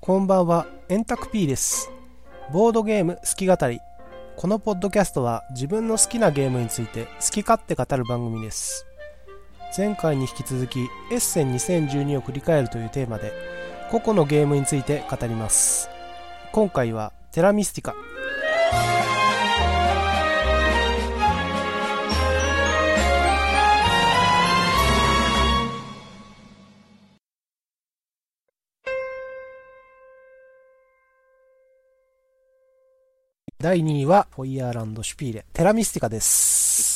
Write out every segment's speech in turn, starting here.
こんばんは、エンタク P です。ボードゲーム好き語り。このポッドキャストは自分の好きなゲームについて好き勝手語る番組です。前回に引き続きエッセン2012を振り返るというテーマで個々のゲームについて語ります。今回はテラミスティカ。第2位はフォイヤーランドシュピーレテラミスティカです。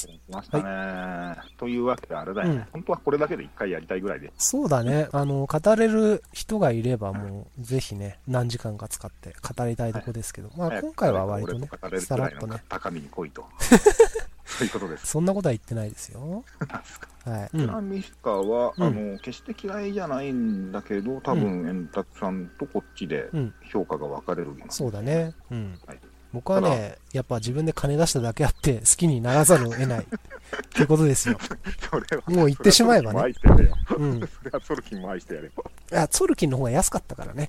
来ましたね、はい、というわけであれだよね、本当はこれだけで1回やりたいぐらいで。 そうだね、語れる人がいればもうぜひね何時間か使って語りたいとこですけど、まあ今回は割とねさらっとね高みに来いとそういうことです。 そんなことは言ってないですよはい、 テラミスティカは、決して嫌いじゃないんだけど、多分、エンタクさんとこっちで評価が分かれる、 そうだね、はい、僕はねやっぱ自分で金出しただけあって好きにならざるを得ないっていうことですよそれはもう言ってしまえばね、 それはソルキンも愛してやれば。 ソルキンの方が安かったからね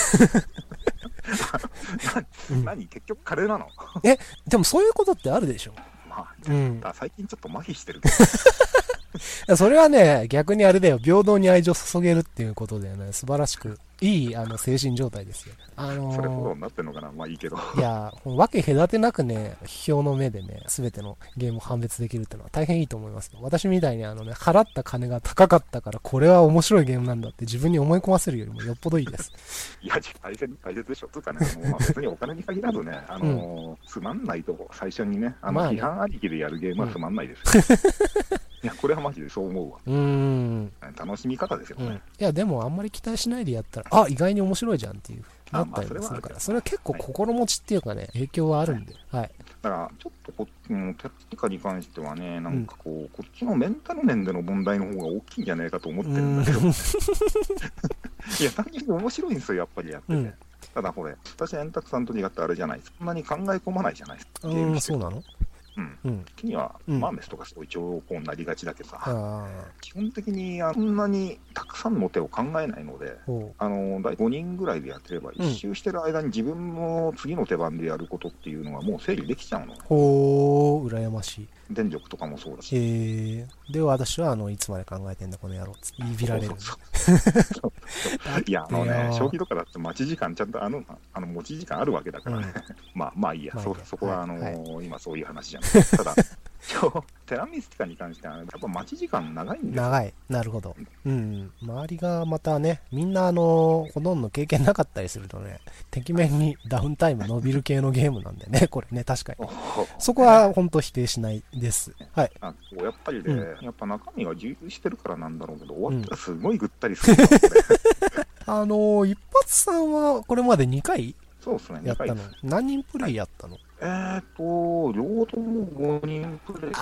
何結局金なのでもそういうことってあるでしょ。 まあ、最近ちょっと麻痺してるけどそれはね逆にあれだよ、平等に愛情を注げるっていうことだよね。素晴らしくいい精神状態ですよ。 それほどになってんのかな。まあいいけど。 いや、わけ隔てなくね、批評の目でね、すべてのゲームを判別できるっていうのは大変いいと思いますよ。私みたいに払った金が高かったから、これは面白いゲームなんだって自分に思い込ませるよりもよっぽどいいです。 いや、大切でしょ。つうかね、もう別にお金に限らずね、つまんないと最初にね、批判ありきでやるゲームはつまんないです。いや、これはマジでそう思うわ。楽しみ方ですよね。 いや、でもあんまり期待しないでやったら、意外に面白いじゃんっていうなったりもするから、それは結構心持ちっていうかね、影響はあるんで、はい。 だからちょっとテラミスティカに関してはね、なんかこっちのメンタル面での問題の方が大きいんじゃないかと思ってるんだけど、いや、単純に面白いんですよ、やっぱりやってて。ただこれ、私エンタクさんと違ってあれじゃないです。そんなに考え込まないじゃないですか。 そうなの？ 時にはマーメスとかそう一応こうなりがちだけどさ、基本的にそんなにたくさんの手を考えないので、大5人ぐらいでやってれば一周してる間に自分の次の手番でやることっていうのがもう整理できちゃうの。 ほー、羨ましい。 電力とかもそうだし。 で私はいつまで考えてんだこの野郎って言いびられる。 いや将棋とかだって待ち時間ちゃんと持ち時間あるわけだからね。まあいいや、そこは今そういう話じゃん。ただテラミスティカに関してはやっぱ待ち時間長いんですよ。 長い。なるほど。周りがまたね、みんなほとんど経験なかったりするとね、敵面にダウンタイム伸びる系のゲームなんでね、これね、確かに。そこは本当否定しないです。はい。 やっぱりね、やっぱ中身が充実してるからなんだろうけど、終わったらすごいぐったりするんだこれ。一発さんはこれまで2回そうですね、 やったの。何人プレイやったの？ 両方とも5人プレイ。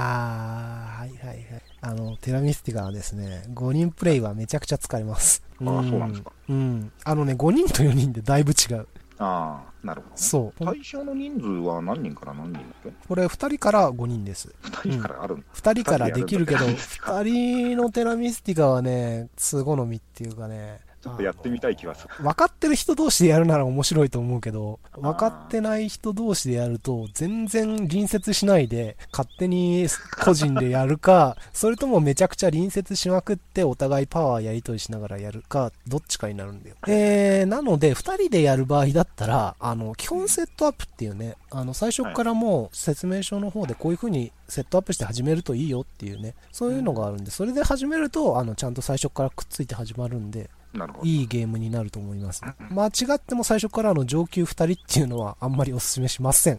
テラミスティカはですね、5人プレイはめちゃくちゃ疲れます。 そうなんですか。 5人と4人でだいぶ違う。 なるほど、ね。 そう。 対象の人数は何人から何人だっけ？ これ2人から5人です。 2人からあるんだ。 2人からできるけど、2人のテラミスティカはね、通好みっていうかね、 ちょっとやってみたい気がする。 分かってる人同士でやるなら面白いと思うけど、分かってない人同士でやると全然隣接しないで勝手に個人でやるかそれともめちゃくちゃ隣接しまくってお互いパワーやり取りしながらやるか、どっちかになるんだよ。なので2人でやる場合だったら基本セットアップっていうね、最初からもう説明書の方でこういう風にセットアップして始めるといいよっていうね、そういうのがあるんで、それで始めるとちゃんと最初からくっついて始まるんで、いいゲームになると思います。間違っても最初から上級2人っていうのはあんまりお勧めしません。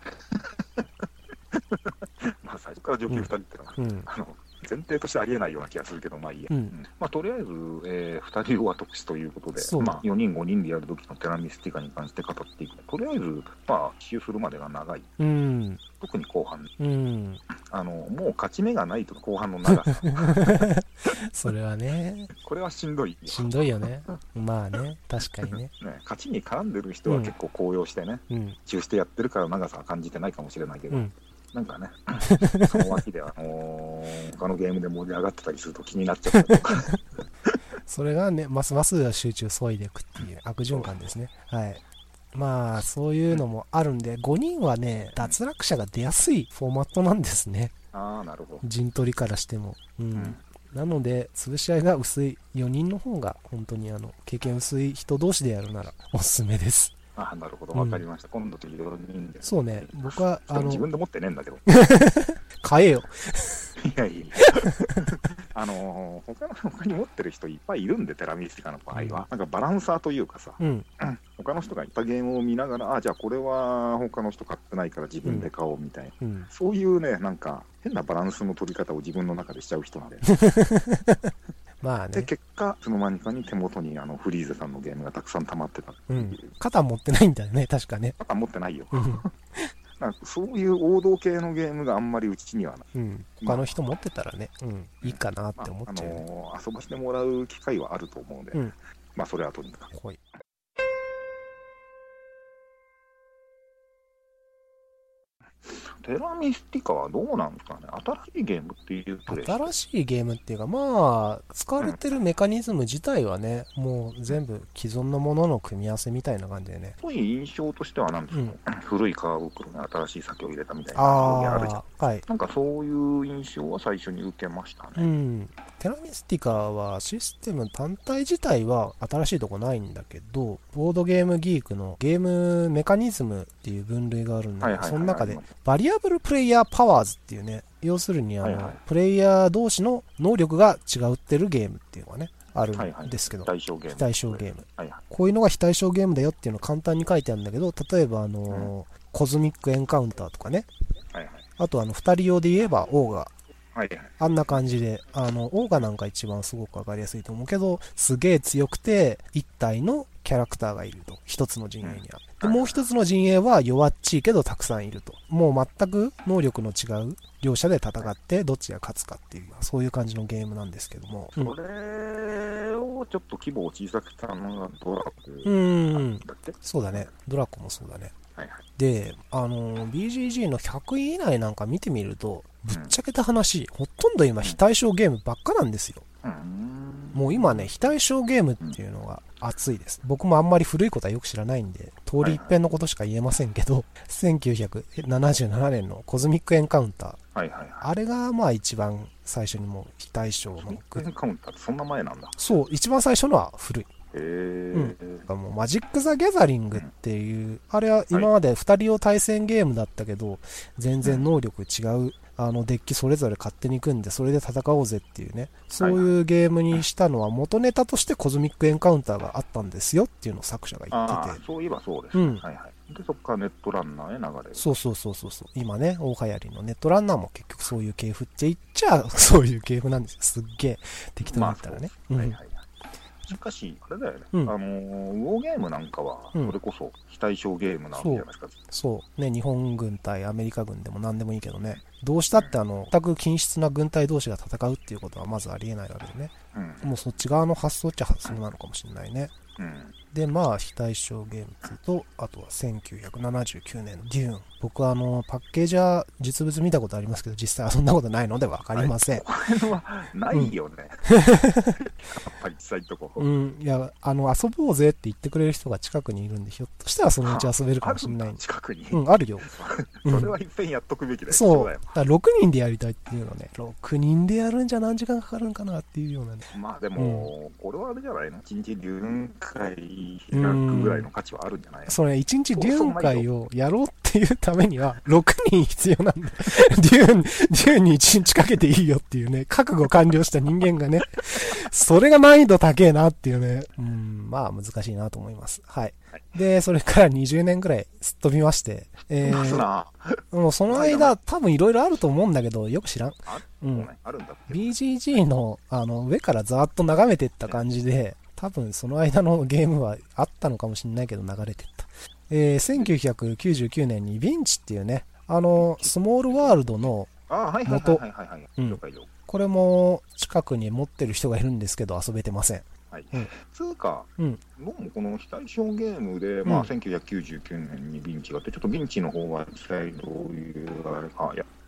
まあ最初から上級2人ってのは、前提としてありえないような気がするけど、まあいいや。とりあえず、2人は特殊ということで、4人5人でやるときのテラミスティカに関して語っていく。とりあえず、奇襲するまでが長い。特に後半。もう勝ち目がないと、後半の長さ。 それはね。 これはしんどい。 しんどいよね。まあね、確かにね。 勝ちに絡んでる人は結構高揚してね、中してやってるから長さは感じてないかもしれないけど、なんかね、その脇で他のゲームで盛り上がってたりすると気になっちゃったとかそれがね、ますます集中削いでいくっていう悪循環ですね。はい。まあ、そういうのもあるんで、5人はね、脱落者が出やすいフォーマットなんですね。 ああ、なるほど。 陣取りからしても。なので、潰し合いが薄い4人の方が、本当に経験薄い人同士でやるならおすすめです。 ああ、なるほど。わかりました。今度と4人で。 そうね、僕は、 自分で持ってねえんだけど。 買えよ。 いやいや。他に持ってる人いっぱいいるんで、テラミスティカの場合は。なんかバランサーというかさ、他の人がいったゲームを見ながら、じゃあこれは他の人買ってないから自分で買おうみたいな。そういうね、なんか変なバランスの取り方を自分の中でしちゃう人なんで。まあね、で結果、いつの間にかに手元にフリーゼさんのゲームがたくさん溜まってたっていう、 肩持ってないんだよね、確かね。 肩持ってないよ。そういう王道系のゲームがあんまりうちにはない。 他の人持ってたらね、いいかなって思っちゃう、 遊ばせてもらう機会はあると思うので、まあそれはとにかく。テラミスティカはどうなんですかね。新しいゲームっていうプレイ。 新しいゲームっていうか、まあ、使われてるメカニズム自体はね、もう全部既存のものの組み合わせみたいな感じでね。 そういう印象としてはなんですか、古い革袋に新しい酒を入れたみたいな表現あるじゃん。はい。なんかそういう印象は最初に受けましたね。 テラミスティカはシステム単体自体は新しいとこないんだけど、ボードゲームギークのゲームメカニズムっていう分類があるんだけど、その中でバリアブルプレイヤーパワーズっていうね、要するにプレイヤー同士の能力が違ってるゲームっていうのがね、あるんですけど、非対称ゲーム。こういうのが非対称ゲームだよっていうのを簡単に書いてあるんだけど、例えばコズミックエンカウンターとかね、あと2人用で言えばオーガ、あんな感じで、オーガなんか一番すごくわかりやすいと思うけど、すげえ強くて、一体のキャラクターがいると。一つの陣営には。で、もう一つの陣営は弱っちいけどたくさんいると。もう全く能力の違う両者で戦って、どっちが勝つかっていう、そういう感じのゲームなんですけども。 それをちょっと規模を小さくしたのがドラコだっけ？ そうだね。ドラコもそうだね。で、BGG の100位以内なんか見てみると、ぶっちゃけた話、ほとんど今非対称ゲームばっかなんですよ。もう今ね、非対称ゲームっていうのが熱いです。僕もあんまり古いことはよく知らないんで、通り一遍のことしか言えませんけど、1977年のコズミックエンカウンター。あれがまあ一番最初にもう非対称の。コズミックエンカウンターってそんな前なんだ。 そう、一番最初のは古い。もうマジック・ザ・ギャザリングっていう、あれは今まで2人用対戦ゲームだったけど、全然能力違う、デッキそれぞれ勝手に組んで、それで戦おうぜっていうね、そういうゲームにしたのは元ネタとしてコズミックエンカウンターがあったんですよっていうのを作者が言ってて。 そういえばそうですね。で、そっからネットランナーへ流れる。 そう。今ね、大流行りのネットランナーも結局そういう系譜って言っちゃ、そういう系譜なんですよ。すっげえ適当に言ったらね。 しかし、あれだよね、ウォーゲームなんかは、それこそ非対称ゲームなんじゃないですか。 そうね、日本軍対アメリカ軍でも何でもいいけどね、どうしたって全く均質な軍隊同士が戦うっていうことはまずありえないわけでね、もうそっち側の発想っちゃ発想なのかもしれないね。で、まあ、非対称ゲームと、あとは1979年のデューン。僕はパッケージは実物見たことありますけど、実際はそんなことないのでわかりません。 これはないよね。やっぱり実際とこ。 いや、遊ぼうぜって言ってくれる人が近くにいるんで、ひょっとしたらそのうち遊べるかもしれない。 近くにあるよ。 それはいっぺんやっとくべきだよ。 そう。だから6人でやりたいっていうのね、6人でやるんじゃ何時間かかるんかなっていうようなね。 まあでも、これはあれじゃないの？一日デューン会開くぐらいの価値はあるんじゃないの？ それ、一日デューン会をやろうっていうためには、6人必要なんで、デューンに1日かけていいよっていうね、覚悟完了した人間がね、それが難易度高えなっていうね、まあ難しいなと思います。はい。で、それから20年ぐらいすっ飛びまして、もうその間、多分いろいろあると思うんだけど、よく知らん。BGG の、上からざーっと眺めていった感じで、多分その間のゲームはあったのかもしれないけど流れてった。1999年にヴィンチっていうね、スモールワールドの元、これも近くに持ってる人がいるんですけど遊べてません。 つうか、僕もこの非対称ゲームで、1999年にヴィンチがあって、ちょっとヴィンチの方は実際どういうあれか、いや、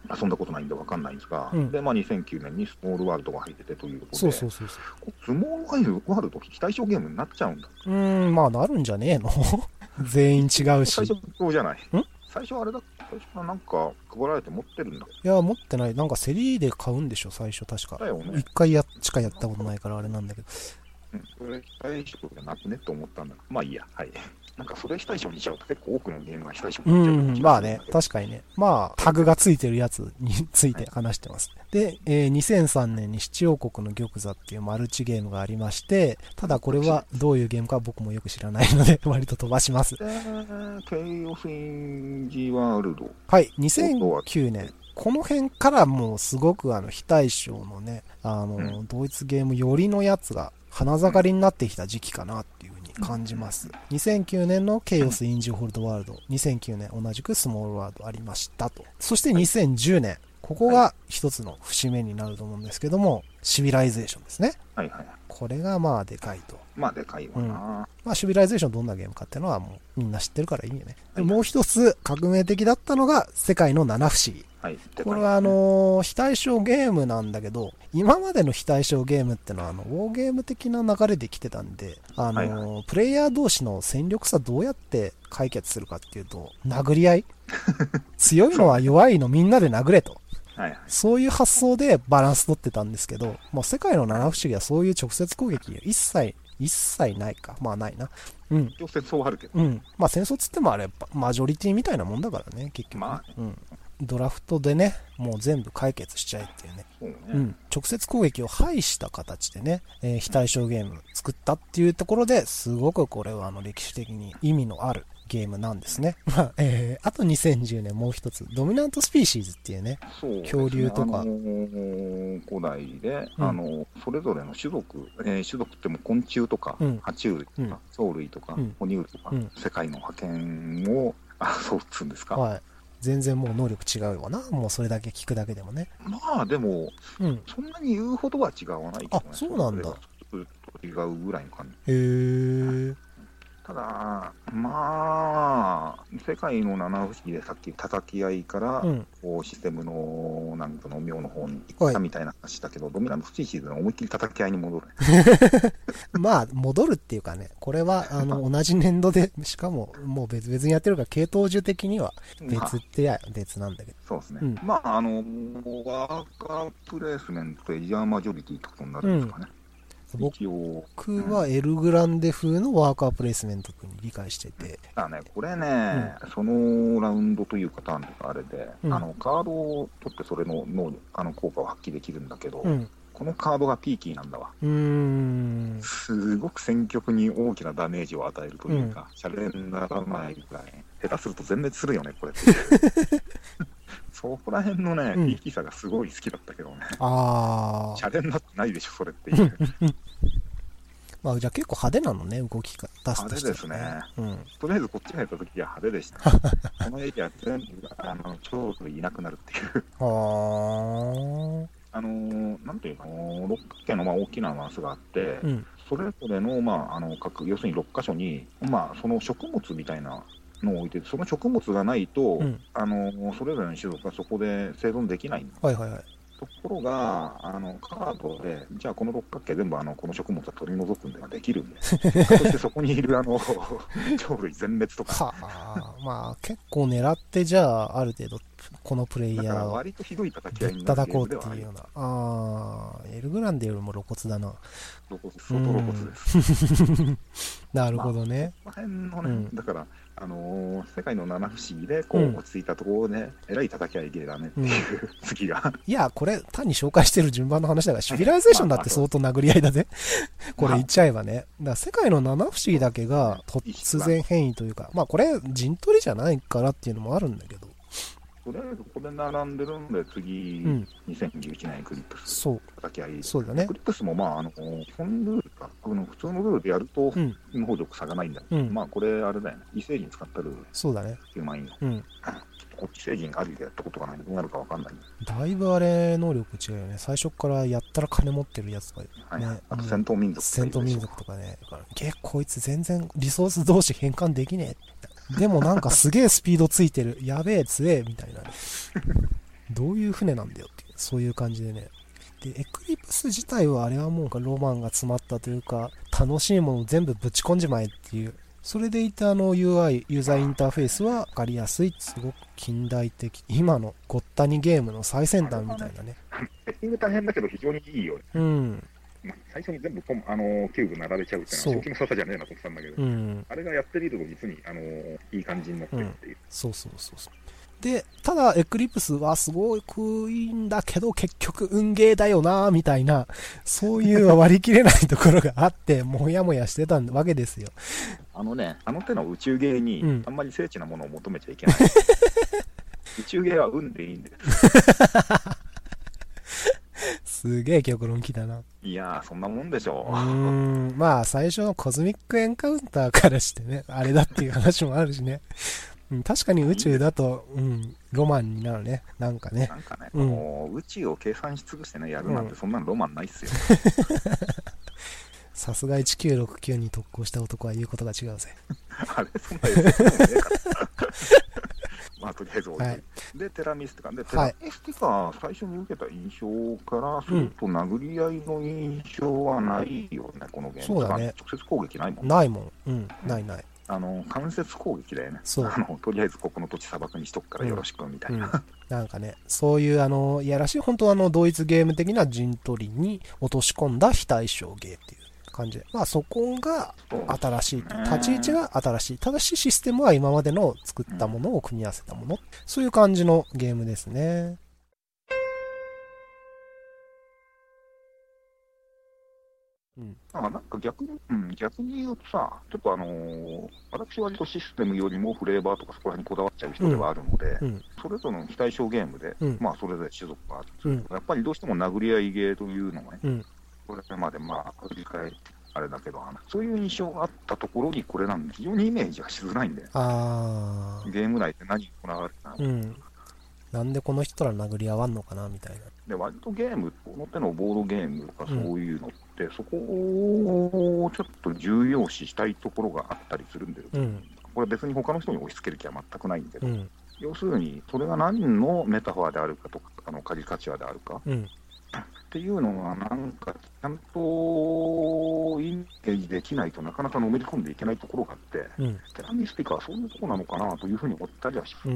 遊んだことないんで分かんないんですが、で、2009年にスモールワールドが入っててということで、スモールワールド、非対象ゲームになっちゃうんだ。 まあなるんじゃねえの全員違うし。 最初そうじゃない。最初あれだ、最初はなんか配られて持ってるんだ。 いや、持ってない。なんか競りで買うんでしょ、最初確か。 だよね。 一回しかやったことないからあれなんだけど。 それ非対象じゃなくねと思ったんだ。まあいいや、はい。なんかそれ非対象にしちゃうと結構多くのゲームが非対象になっちゃう。 まあね、確かにね。まあ、タグがついてるやつについて話してます。で、2003年に七王国の玉座っていうマルチゲームがありまして、ただこれはどういうゲームか僕もよく知らないので、割と飛ばします。 ケイオスインジワールド。 はい、2009年。この辺からもうすごく非対称のね、ドイツゲーム寄りのやつが花盛りになってきた時期かなっていう感じます。2009年のケイオスインジホールドワールド、2009年同じくスモールワールドありましたと。そして2010年、ここが一つの節目になると思うんですけども、シビライゼーションですね。これがまあでかいと。 まあでかいわな。 まあシビライゼーションどんなゲームかっていうのはもうみんな知ってるからいいよね。もう一つ革命的だったのが世界の七不思議。これは非対称ゲームなんだけど、今までの非対称ゲームってのはウォーゲーム的な流れで来てたんで、プレイヤー同士の戦力差どうやって解決するかっていうと、殴り合い強いのは弱いのみんなで殴れと。そういう発想でバランス取ってたんですけど、もう世界の七不思議はそういう直接攻撃一切ないか。まあないな。 戦争はあるけど。 まあ戦争つってもあれ、マジョリティみたいなもんだからね、結局。まあね。ドラフトでね、もう全部解決しちゃえっていうね。直接攻撃を排した形でね、非対称ゲーム作ったっていうところですごくこれは歴史的に意味のあるゲームなんですね。あと2010年もう一つ、ドミナントスピーシーズっていうね、恐竜とか。 古代で、それぞれの種族っても昆虫とか、爬虫類とか、藻類とか、哺乳類とか、世界の覇権を争うっつうんですか。 全然もう能力違うわな。もうそれだけ聞くだけでもね。 まあでも、そんなに言うほどは違わないけどね。 そうなんだ。 違うぐらいの感じ。 へえ。 ただ、まあ、世界の七不思議でさっき叩き合いから、システムのなんかの妙の方に行ったみたいな話だけど、ドミナントスピーシーズの思いっきり叩き合いに戻る。 まあ、戻るっていうかね、これは同じ年度で、しかももう別々にやってるから、系統樹的には別って別なんだけど。 そうですね。まあ、ワーカープレイスメントエリアマジョリティってことになるんですかね。 僕はエルグランデ風のワーカープレイスメントに理解してて。 これね、そのラウンドというかターンとかあれで、カードを取ってそれの能力、効果を発揮できるんだけど、このカードがピーキーなんだわ。すごく戦局に大きなダメージを与えるというか、シャレにならないぐらい、下手すると全滅するよね、これって。そこら辺のね、ピーキーさがすごい好きだったけどね。シャレになってないでしょ、それっていう。 まあ、じゃあ結構派手なのね、動き方派手ですね。とりあえずこっちがやった時は派手でした。このエリア全部蝶類いなくなるっていう。なんていうか、六角形の大きなマウスがあって、それぞれの、要するに6箇所に、その食物みたいなのを置いてて、その食物がないと、それぞれの種族がそこで生存できないんです。ところが、カードで、じゃあこの六角形全部この食物は取り除くんではできるんで、そしてそこにいる鳥類全滅とか。 まあ結構狙って、じゃあある程度、このプレイヤーを割とひどい叩き合いになる叩こうっていうような。エルグランデよりも露骨だな。 相当露骨です。 なるほどね。 この辺のね、だから、世界の七不思議で落ち着いたところで、えらい叩き合い芸だねっていう次が。 いや、これ単に紹介してる順番の話だから、シビライゼーションだって相当殴り合いだぜ。これ言っちゃえばね。だから世界の七不思議だけが突然変異というか、まあこれ陣取りじゃないからっていうのもあるんだけど。 とりあえずここで並んでるんで、次、2011年エクリプス叩き合い。 そうだね。 エクリプスも基本ルールか、普通のルールでやると、能力差がないんだけど、これあれだよね、異星人使ったルール。 そうだね。 9万円の。こっち星人ありでやったことがないのどうなるか分かんない。 だいぶあれ、能力違うよね。最初からやったら金持ってるやつとかね。 あと戦闘民族とか。 戦闘民族とかね。こいつ全然リソース同士変換できねえ。でもなんかすげえスピードついてる。やべえ、強え、みたいな。 どういう船なんだよっていう、そういう感じでね。で、エクリプス自体はあれはもうロマンが詰まったというか、楽しいものを全部ぶち込んじまえっていう、それでいてUI、ユーザーインターフェースは分かりやすい、すごく近代的、今のごったにゲームの最先端みたいなね。 セッティング大変だけど非常にいいよね。 うん。 最初に全部キューブ並べちゃうっていうのは、初期の操作じゃねえなと思ってたんだけど、うん、あれがやってみると実に、いい感じになってるっていう。 そうそうそうそう。で、ただ、エクリプスはすごくいいんだけど、結局運ゲーだよなみたいな、そういう割り切れないところがあって、もやもやしてたわけですよ。 あの手の宇宙ゲーに、あんまり精緻なものを求めちゃいけない。宇宙ゲーは運でいいんです。 すげえ極論きたな。 いやー、そんなもんでしょう。まあ、最初のコズミックエンカウンターからしてね、あれだっていう話もあるしね。確かに宇宙だと、ロマンになるね。なんかね。 宇宙を計算し尽くしてね、やるなんてそんなのロマンないっすよ。 さすが1969に特攻した男は言うことが違うぜ。 あれそんな言うこともねえから。まあ、とりあえず置いて、はい、で、テラミスティカ。で、テラミスティカ、最初に受けた印象からすると、殴り合いの印象はないよね、このゲーム。 そうだね。 直接攻撃ないもん。 ないもん。ないない。 間接攻撃だよね。とりあえずここの土地砂漠にしとくからよろしくみたいな。 なんかね、そういういやらしい、本当ドイツゲーム的な陣取りに落とし込んだ非対称ゲーっていう感じで。まあそこが新しい。立ち位置が新しい。ただしシステムは今までの作ったものを組み合わせたもの。そういう感じのゲームですね。 なんか逆に言うとさ、ちょっと私は割とシステムよりもフレーバーとかそこら辺にこだわっちゃう人ではあるので、それぞれの非対称ゲームで、まあそれぞれ種族がある、やっぱりどうしても殴り合いゲーというのがね、これまでまあ振り返ってあれだけど、そういう印象があったところにこれなんで、非常にイメージがしづらいんだよ。ゲーム内で何が行われてたのか。 なんでこの人ら殴り合わんのかなみたいな。 で、割とゲーム、この手のボードゲームとかそういうのって、そこをちょっと重要視したいところがあったりするんだよ。これ別に他の人に押し付ける気は全くないんだけど、要するに、それが何のメタファーであるかとか、カリカチュアであるか、っていうのがなんかちゃんとイメージできないとなかなかのめり込んでいけないところがあって、テラミスティカはそういうところなのかなというふうに思ったりはします。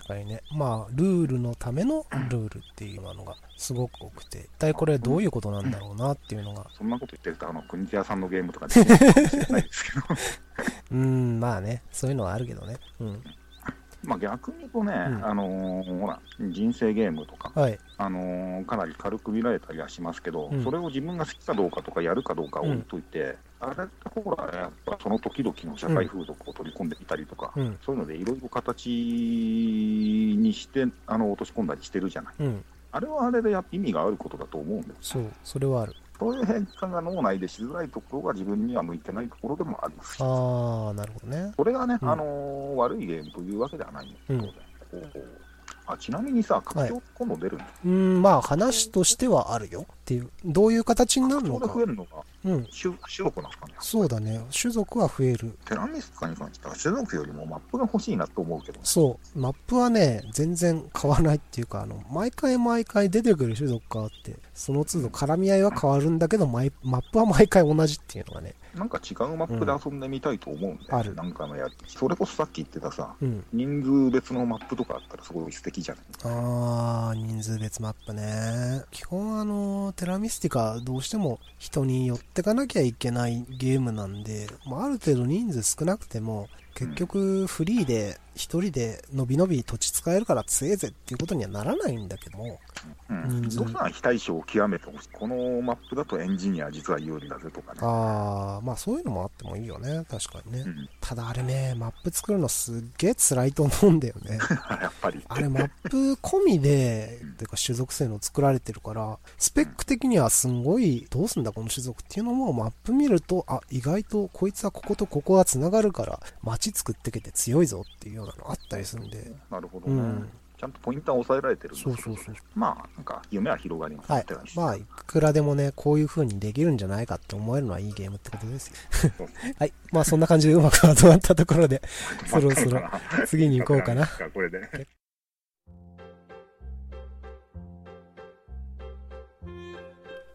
確かにね。まあルールのためのルールっていうのがすごく多くて、一体これどういうことなんだろうなっていうのが。 そんなこと言ってると国津屋さんのゲームとかできないかもしれないですけど。 まあね、そういうのはあるけどね。 まあ逆に言うとね、ほら、人生ゲームとか、かなり軽く見られたりはしますけど、それを自分が好きかどうかとかやるかどうか置いといて、あれってほら、やっぱその時々の社会風俗を取り込んでみたりとか、そういうのでいろいろ形にして、落とし込んだりしてるじゃない。あれはあれで意味があることだと思うんです。 そう、それはある。 そういう変化が脳内でしづらいところが自分には向いてないところでもありますし。 なるほどね。 それがね、悪いゲームというわけではないんですけど、ちなみにさ、拡張今度出るんまあ話としてはあるよっていう。どういう形になるのか。 拡張で増えるのが、種族なんですかね。 そうだね。種族は増える。 テラミスティカに関しては種族よりもマップが欲しいなと思うけど。 そう。マップはね、全然変わらないっていうか、毎回出てくる種族があって、その都度絡み合いは変わるんだけど、マップは毎回同じっていうのがね。 なんか違うマップで遊んでみたいと思うんだよ、なんかのやつ。それこそさっき言ってたさ、人数別のマップとかあったらすごい素敵じゃない。 人数別マップね。基本テラミスティカどうしても人に寄ってかなきゃいけないゲームなんで、ある程度人数少なくても、結局フリーで一人でのびのび土地使えるから強えぜっていうことにはならないんだけども、 どんな非対称を極めてほしい。このマップだとエンジニア実は有利だぜとかね。 まあそういうのもあってもいいよね、確かにね。ただあれね、マップ作るのすっげえ辛いと思うんだよね。 やっぱり。 あれマップ込みで、てか種族性の作られてるから、スペック的にはすんごい、どうすんだこの種族っていうのもマップ見ると、意外とこいつはこことここが繋がるから、街作ってけて強いぞっていうようなのあったりするんで。 なるほどね。ちゃんとポインターを抑えられてるんです。そう。まあ、なんか、夢は広がります。 まあ、いくらでもね、こういう風にできるんじゃないかって思えるのはいいゲームってことですよ。はい。まあ、そんな感じでうまくまとまったところで、そろそろ次に行こうかな。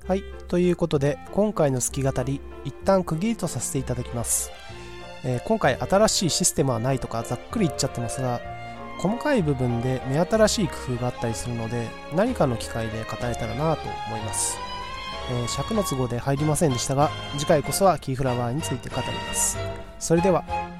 はい、ということで今回の好き語り一旦区切りとさせていただきます。今回新しいシステムはないとかざっくり言っちゃってますが、細かい部分で目新しい工夫があったりするので、何かの機会で語れたらなと思います。尺の都合で入りませんでしたが、次回こそはキーフラワーについて語ります。それでは。